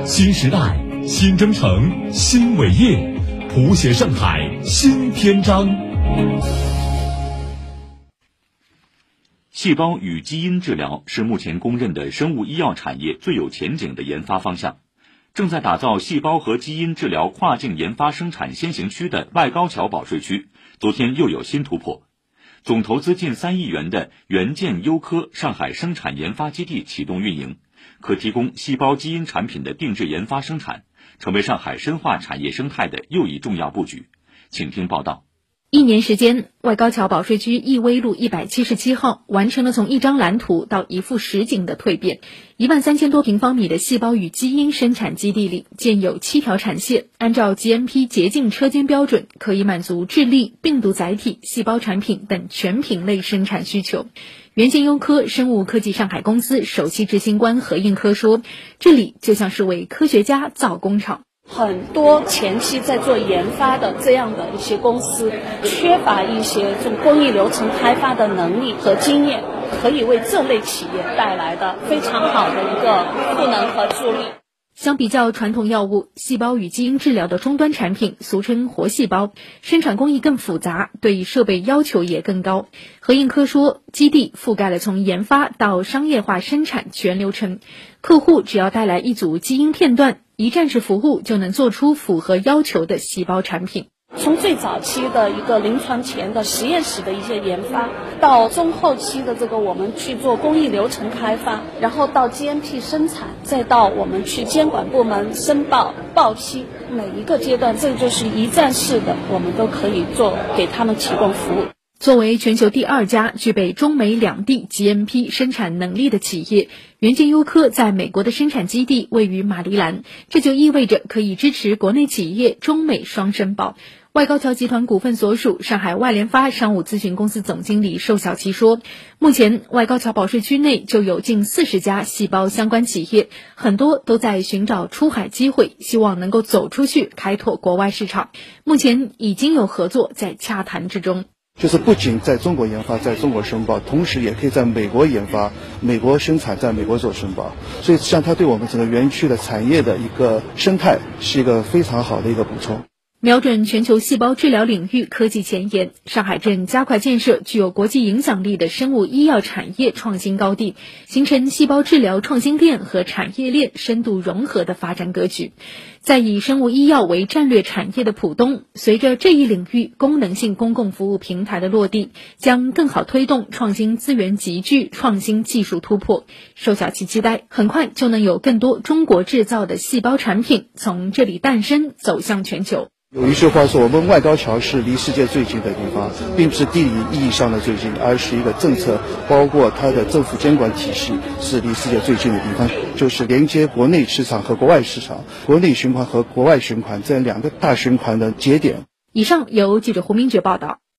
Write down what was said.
新时代，新征程，新伟业，谱写上海新篇章。 细胞与基因治疗是目前公认的生物医药产业最有前景的研发方向。正在打造细胞和基因治疗跨境研发生产先行区的外高桥保税区，昨天又有新突破。总投资近3亿元的元健优科上海生产研发基地启动运营，可提供细胞基因产品的定制研发生产，成为上海深化产业生态的又一重要布局。请听报道。 1年时间，外高桥保税区义威路177号完成了从一张蓝图到一幅实景的蜕变。13000多平方米的细胞与基因生产基地里建有7条产线，按照 GMP 洁净车间标准，可以满足智力、病毒载体、细胞产品等全品类生产需求。元健优科生物科技上海公司首席执行官何应科说，这里就像是为科学家造工厂。 很多前期在做研发的这样的一些公司，缺乏一些这种工艺流程开发的能力和经验，可以为这类企业带来的非常好的一个赋能和助力。 相比较传统药物，细胞与基因治疗的终端产品俗称活细胞，生产工艺更复杂，对设备要求也更高。何应科说，基地覆盖了从研发到商业化生产全流程，客户只要带来一组基因片段，一站式服务就能做出符合要求的细胞产品。 从最早期的一个临床前的实验室的一些研发，到中后期的这个我们去做工艺流程开发，然后到 GMP 生产，再到我们去监管部门申报、报批，每一个阶段这就是一站式的，我们都可以做，给他们提供服务。 作为全球第2家具备中美两地 GMP 生产能力的企业，元健优科在美国的生产基地位于马里兰，这就意味着可以支持国内企业中美双申报。外高桥集团股份所属上海外联发商务咨询公司总经理寿小琪说，目前外高桥保税区内就有近40家细胞相关企业，很多都在寻找出海机会，希望能够走出去开拓国外市场。目前已经有合作在洽谈之中。 就是不仅在中国研发，在中国申报，同时也可以在美国研发、美国生产，在美国做申报。所以像它对我们整个园区的产业的一个生态是一个非常好的一个补充。 瞄准全球细胞治疗领域科技前沿，上海正加快建设具有国际影响力的生物医药产业创新高地，形成细胞治疗创新链和产业链深度融合的发展格局。在以生物医药为战略产业的浦东，随着这一领域功能性公共服务平台的落地，将更好推动创新资源集聚、创新技术突破。寿小琪期待很快就能有更多中国制造的细胞产品从这里诞生，走向全球。 有一句话说，我们外高桥是离世界最近的地方，并不是地理意义上的最近，而是一个政策，包括它的政府监管体系是离世界最近的地方，就是连接国内市场和国外市场，国内循环和国外循环这2个大循环的节点。 以上由记者胡明珏报道。